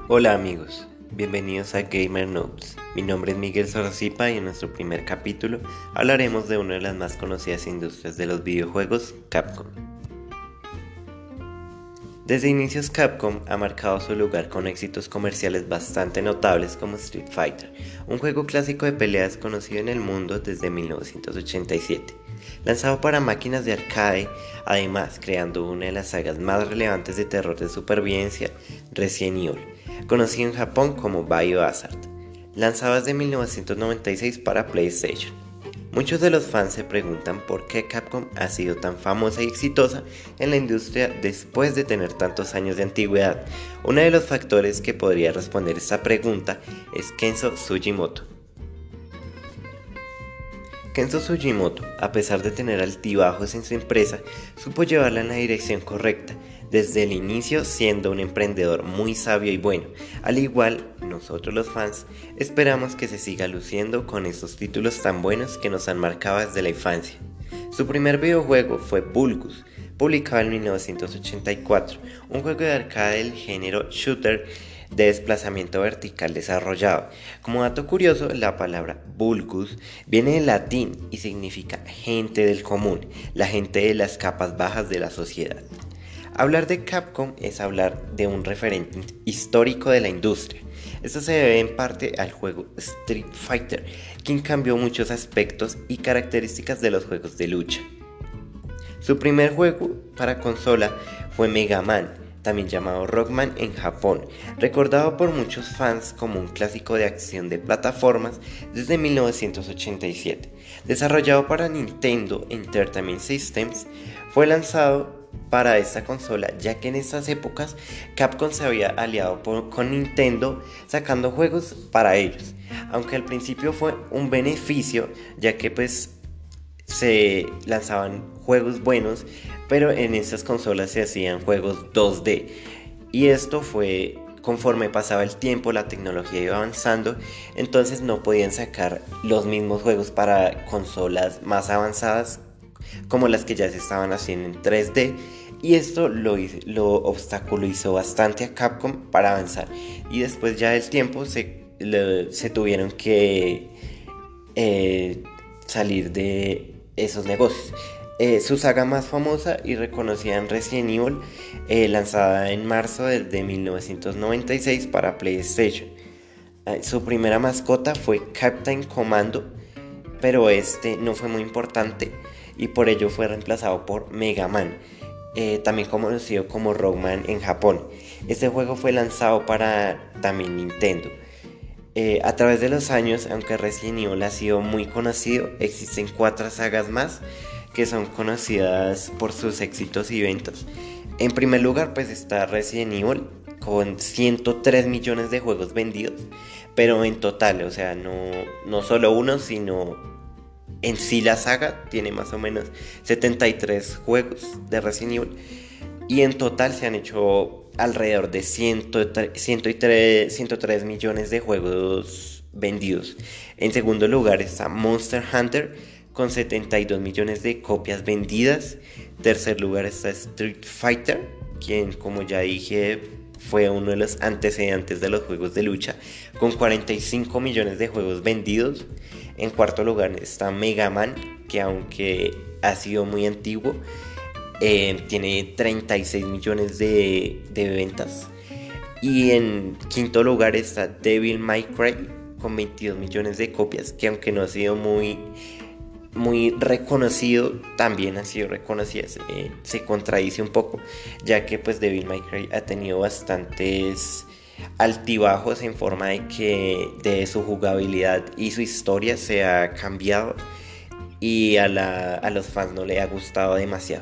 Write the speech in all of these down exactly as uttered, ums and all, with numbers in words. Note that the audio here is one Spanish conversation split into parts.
Hola amigos, bienvenidos a Gamer Noobs. Mi nombre es Miguel Sorosipa y en nuestro primer capítulo hablaremos de una de las más conocidas industrias de los videojuegos, Capcom. Desde inicios Capcom ha marcado su lugar con éxitos comerciales bastante notables como Street Fighter, un juego clásico de peleas conocido en el mundo desde mil novecientos ochenta y siete, lanzado para máquinas de arcade, además creando una de las sagas más relevantes de terror de supervivencia, Resident Evil, conocido en Japón como Biohazard, lanzado desde mil novecientos noventa y seis para PlayStation. Muchos de los fans se preguntan por qué Capcom ha sido tan famosa y exitosa en la industria después de tener tantos años de antigüedad. Uno de los factores que podría responder esta pregunta es Kenzo Sugimoto. Kenzo Sugimoto, a pesar de tener altibajos en su empresa, supo llevarla en la dirección correcta, desde el inicio siendo un emprendedor muy sabio y bueno. Al igual, nosotros los fans esperamos que se siga luciendo con estos títulos tan buenos que nos han marcado desde la infancia. Su primer videojuego fue Bulgus, publicado en mil novecientos ochenta y cuatro, un juego de arcade del género shooter de desplazamiento vertical desarrollado. Como dato curioso, la palabra vulgus viene del latín y significa gente del común, la gente de las capas bajas de la sociedad. Hablar de Capcom es hablar de un referente histórico de la industria. Esto se debe en parte al juego Street Fighter, quien cambió muchos aspectos y características de los juegos de lucha. Su primer juego para consola fue Mega Man, también llamado Rockman en Japón, recordado por muchos fans como un clásico de acción de plataformas desde mil novecientos ochenta y siete. Desarrollado para Nintendo Entertainment Systems, fue lanzado para esta consola, ya que en estas épocas Capcom se había aliado por, con Nintendo sacando juegos para ellos, aunque al principio fue un beneficio, ya que pues se lanzaban juegos buenos, pero en estas consolas se hacían juegos dos D, y esto fue conforme pasaba el tiempo, la tecnología iba avanzando, entonces no podían sacar los mismos juegos para consolas más avanzadas como las que ya se estaban haciendo en tres D, y esto lo, lo obstaculizó bastante a Capcom para avanzar, y después ya del tiempo se, le, se tuvieron que eh, salir de esos negocios. Eh, su saga más famosa y reconocida en Resident Evil, eh, lanzada en marzo de, de mil novecientos noventa y seis para PlayStation. Eh, su primera mascota fue Captain Commando, pero este no fue muy importante y por ello fue reemplazado por Mega Man, eh, también conocido como Rockman en Japón. Este juego fue lanzado para también Nintendo. Eh, a través de los años, aunque Resident Evil ha sido muy conocido, existen cuatro sagas más que son conocidas por sus éxitos y ventas. En primer lugar, pues está Resident Evil con ciento tres millones de juegos vendidos, pero en total, o sea, no, no solo uno, sino en sí la saga tiene más o menos setenta y tres juegos de Resident Evil, y en total se han hecho alrededor de ciento tres millones de juegos vendidos. En segundo lugar está Monster Hunter con setenta y dos millones de copias vendidas. Tercer lugar está Street Fighter, quien, como ya dije, fue uno de los antecedentes de los juegos de lucha, con cuarenta y cinco millones de juegos vendidos. En cuarto lugar está Mega Man, que aunque ha sido muy antiguo, eh, tiene treinta y seis millones de, de ventas. Y en quinto lugar está Devil May Cry con veintidós millones de copias, que aunque no ha sido muy, muy reconocido, también ha sido reconocido. Eh, se contradice un poco, ya que pues Devil May Cry ha tenido bastantes altibajos en forma de que de su jugabilidad y su historia se ha cambiado y a, la, a los fans no le ha gustado demasiado.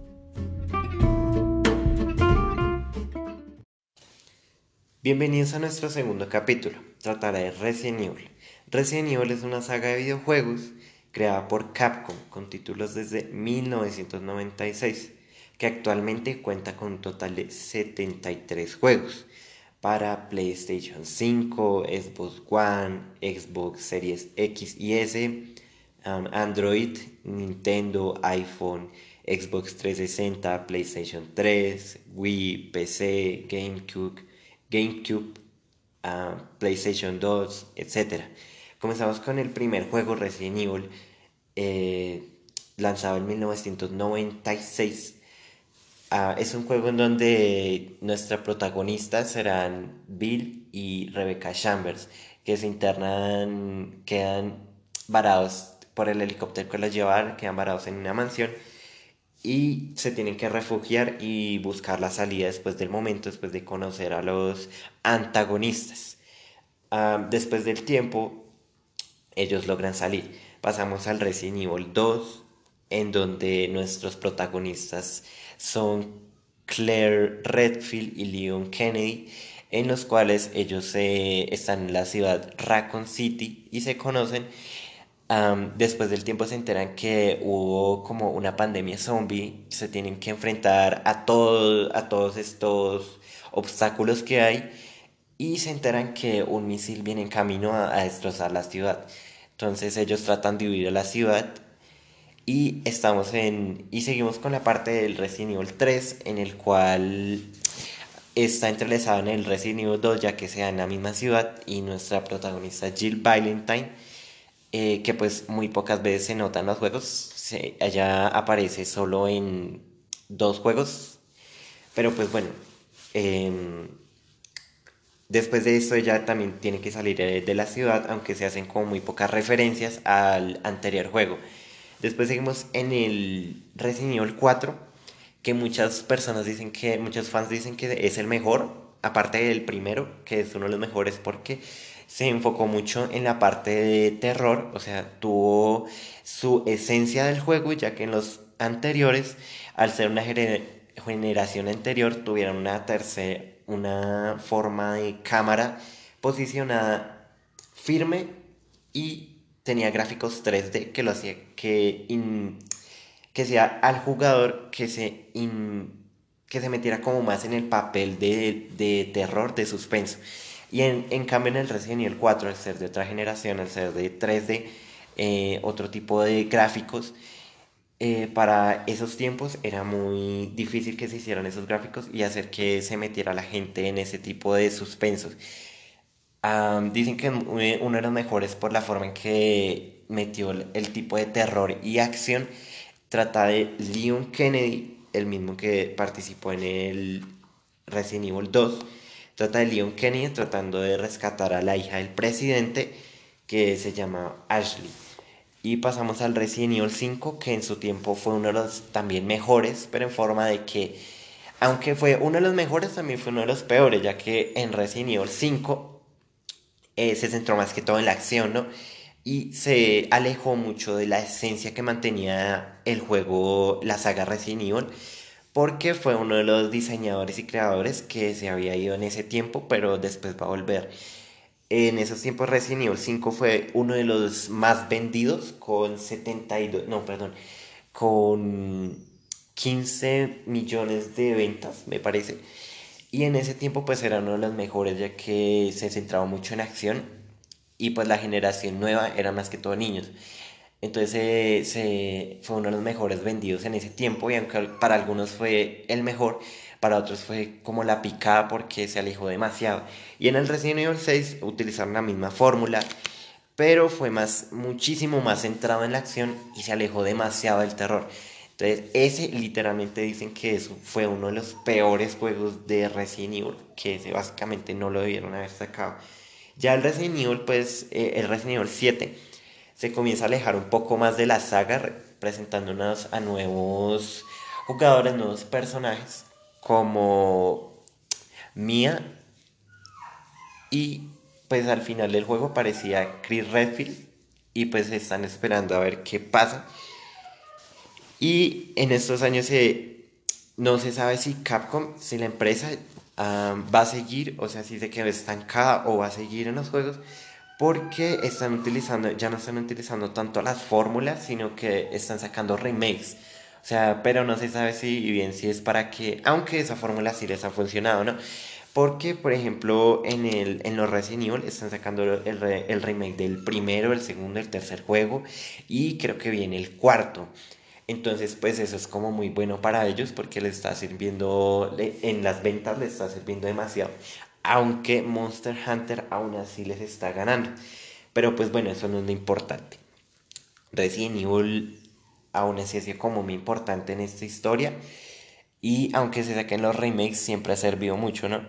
Bienvenidos a nuestro segundo capítulo. Tratará de Resident Evil. Resident Evil es una saga de videojuegos creada por Capcom con títulos desde mil novecientos noventa y seis, que actualmente cuenta con un total de setenta y tres juegos para PlayStation cinco, Xbox One, Xbox Series X y S, um, Android, Nintendo, iPhone, Xbox trescientos sesenta, PlayStation tres, Wii, P C, GameCube, GameCube a PlayStation dos, etcétera. Comenzamos con el primer juego, Resident Evil, eh, lanzado en mil novecientos noventa y seis. Ah, es un juego en donde nuestra protagonista serán Bill y Rebecca Chambers, que se internan, quedan varados por el helicóptero que los lleva, quedan varados en una mansión y se tienen que refugiar y buscar la salida después del momento, después de conocer a los antagonistas. Ah, después del tiempo, ellos logran salir. Pasamos al Resident Evil dos, en donde nuestros protagonistas son Claire Redfield y Leon Kennedy, en los cuales ellos eh, están en la ciudad Raccoon City y se conocen. Am, después del tiempo se enteran que hubo como una pandemia zombie, se tienen que enfrentar a, todo, a todos estos obstáculos que hay y se enteran que un misil viene en camino a, a destrozar la ciudad. Entonces ellos tratan de huir a la ciudad y estamos en y seguimos con la parte del Resident Evil tres, en el cual está entrelazado en el Resident Evil dos, ya que se da en la misma ciudad, y nuestra protagonista Jill Valentine, eh, que pues muy pocas veces se nota en los juegos, se, ella aparece solo en dos juegos, pero pues bueno, eh, después de esto ella también tiene que salir eh, de la ciudad, aunque se hacen como muy pocas referencias al anterior juego. Después seguimos en el Resident Evil cuatro, que muchas personas dicen que, muchos fans dicen que es el mejor, aparte del primero, que es uno de los mejores porque se enfocó mucho en la parte de terror, o sea, tuvo su esencia del juego, ya que en los anteriores, al ser una generación anterior, tuvieron una tercera, una forma de cámara posicionada firme y tenía gráficos tres D que lo hacía que, in, que sea al jugador que se, in, que se metiera como más en el papel de, de terror, de suspenso. Y en, en cambio en el Resident Evil cuatro, al ser de otra generación, al ser de tres D, eh, otro tipo de gráficos, eh, para esos tiempos era muy difícil que se hicieran esos gráficos y hacer que se metiera la gente en ese tipo de suspensos. Um, dicen que eh, uno de los mejores por la forma en que metió el, el tipo de terror y acción. Trata de Leon Kennedy, el mismo que participó en el Resident Evil dos. Trata de Leon Kennedy tratando de rescatar a la hija del presidente, que se llama Ashley. Y pasamos al Resident Evil cinco, que en su tiempo fue uno de los también mejores, pero en forma de que, aunque fue uno de los mejores, también fue uno de los peores, ya que en Resident Evil cinco eh, se centró más que todo en la acción, ¿no? Y se alejó mucho de la esencia que mantenía el juego, la saga Resident Evil, porque fue uno de los diseñadores y creadores que se había ido en ese tiempo, pero después va a volver. En esos tiempos Resident Evil cinco fue uno de los más vendidos con setenta y dos, no, perdón, con quince millones de ventas, me parece. Y en ese tiempo pues era uno de los mejores, ya que se centraba mucho en acción y pues la generación nueva era más que todo niños. Entonces eh, se, fue uno de los mejores vendidos en ese tiempo y aunque para algunos fue el mejor, para otros fue como la picada porque se alejó demasiado. Y en el Resident Evil seis utilizaron la misma fórmula, pero fue más, muchísimo más centrado en la acción y se alejó demasiado del terror. Entonces, ese literalmente dicen que eso fue uno de los peores juegos de Resident Evil, que ese básicamente no lo debieron haber sacado. Ya el Resident Evil, pues, eh, el Resident Evil siete se comienza a alejar un poco más de la saga, presentándonos a nuevos jugadores, nuevos personajes, como Mia, y pues al final del juego parecía Chris Redfield, y pues están esperando a ver qué pasa. Y en estos años eh, no se sabe si Capcom, si la empresa um, va a seguir, o sea, si se quedó estancada o va a seguir en los juegos, porque están utilizando, ya no están utilizando tanto las fórmulas, sino que están sacando remakes. O sea, pero no se sabe si bien si es para que, aunque esa fórmula sí les ha funcionado, ¿no? Porque, por ejemplo, en, el, en los Resident Evil están sacando el, re- el remake del primero, el segundo, el tercer juego y creo que viene el cuarto. Entonces, pues eso es como muy bueno para ellos porque les está sirviendo, le- en las ventas les está sirviendo demasiado. aunque Monster Hunter aún así les está ganando. Pero pues bueno, eso no es lo importante. Resident Evil aún así ha sido como muy importante en esta historia. Y aunque se saquen los remakes, siempre ha servido mucho, ¿no?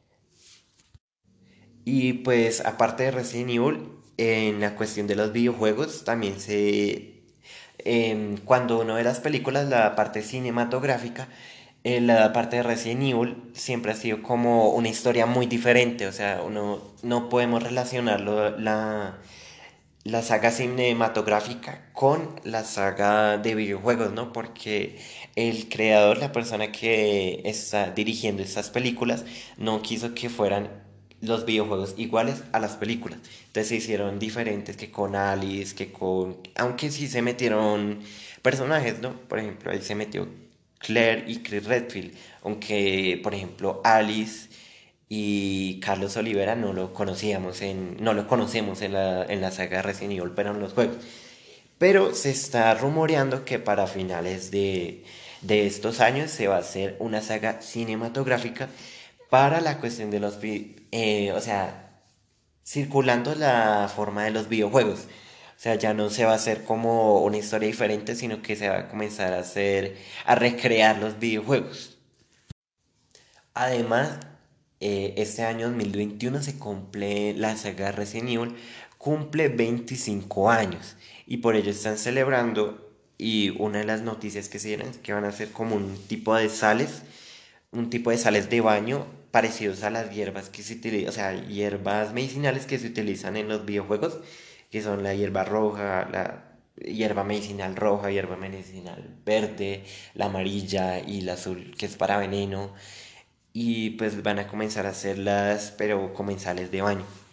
Y pues aparte de Resident Evil, en la cuestión de los videojuegos, también se... em, cuando uno ve las películas, la parte cinematográfica, eh, la parte de Resident Evil siempre ha sido como una historia muy diferente. O sea, uno no podemos relacionarlo, la, la saga cinematográfica con la saga de videojuegos, ¿no? Porque el creador, la persona que está dirigiendo estas películas, no quiso que fueran los videojuegos iguales a las películas. Entonces se hicieron diferentes que con Alice, que con... Aunque sí se metieron personajes, ¿no? Por ejemplo, ahí se metió Claire y Chris Redfield. Aunque, por ejemplo, Alice y Carlos Olivera no lo conocíamos en, no lo conocemos en la, en la saga Resident Evil, pero en los juegos. Pero se está rumoreando que para finales de, de estos años se va a hacer una saga cinematográfica para la cuestión de los, vi- eh, o sea, circulando la forma de los videojuegos. O sea, ya no se va a hacer como una historia diferente, sino que se va a comenzar a hacer, a recrear los videojuegos. Además, eh, este año dos mil veintiuno se cumple la saga Resident Evil, cumple veinticinco años y por ello están celebrando y una de las noticias que se dieron es que van a hacer como un tipo de sales, un tipo de sales de baño parecidos a las hierbas que se utilizan, o sea, hierbas medicinales que se utilizan en los videojuegos, que son la hierba roja, la hierba medicinal roja, hierba medicinal verde, la amarilla y la azul, que es para veneno y pues van a comenzar a hacerlas, pero comensales de baño.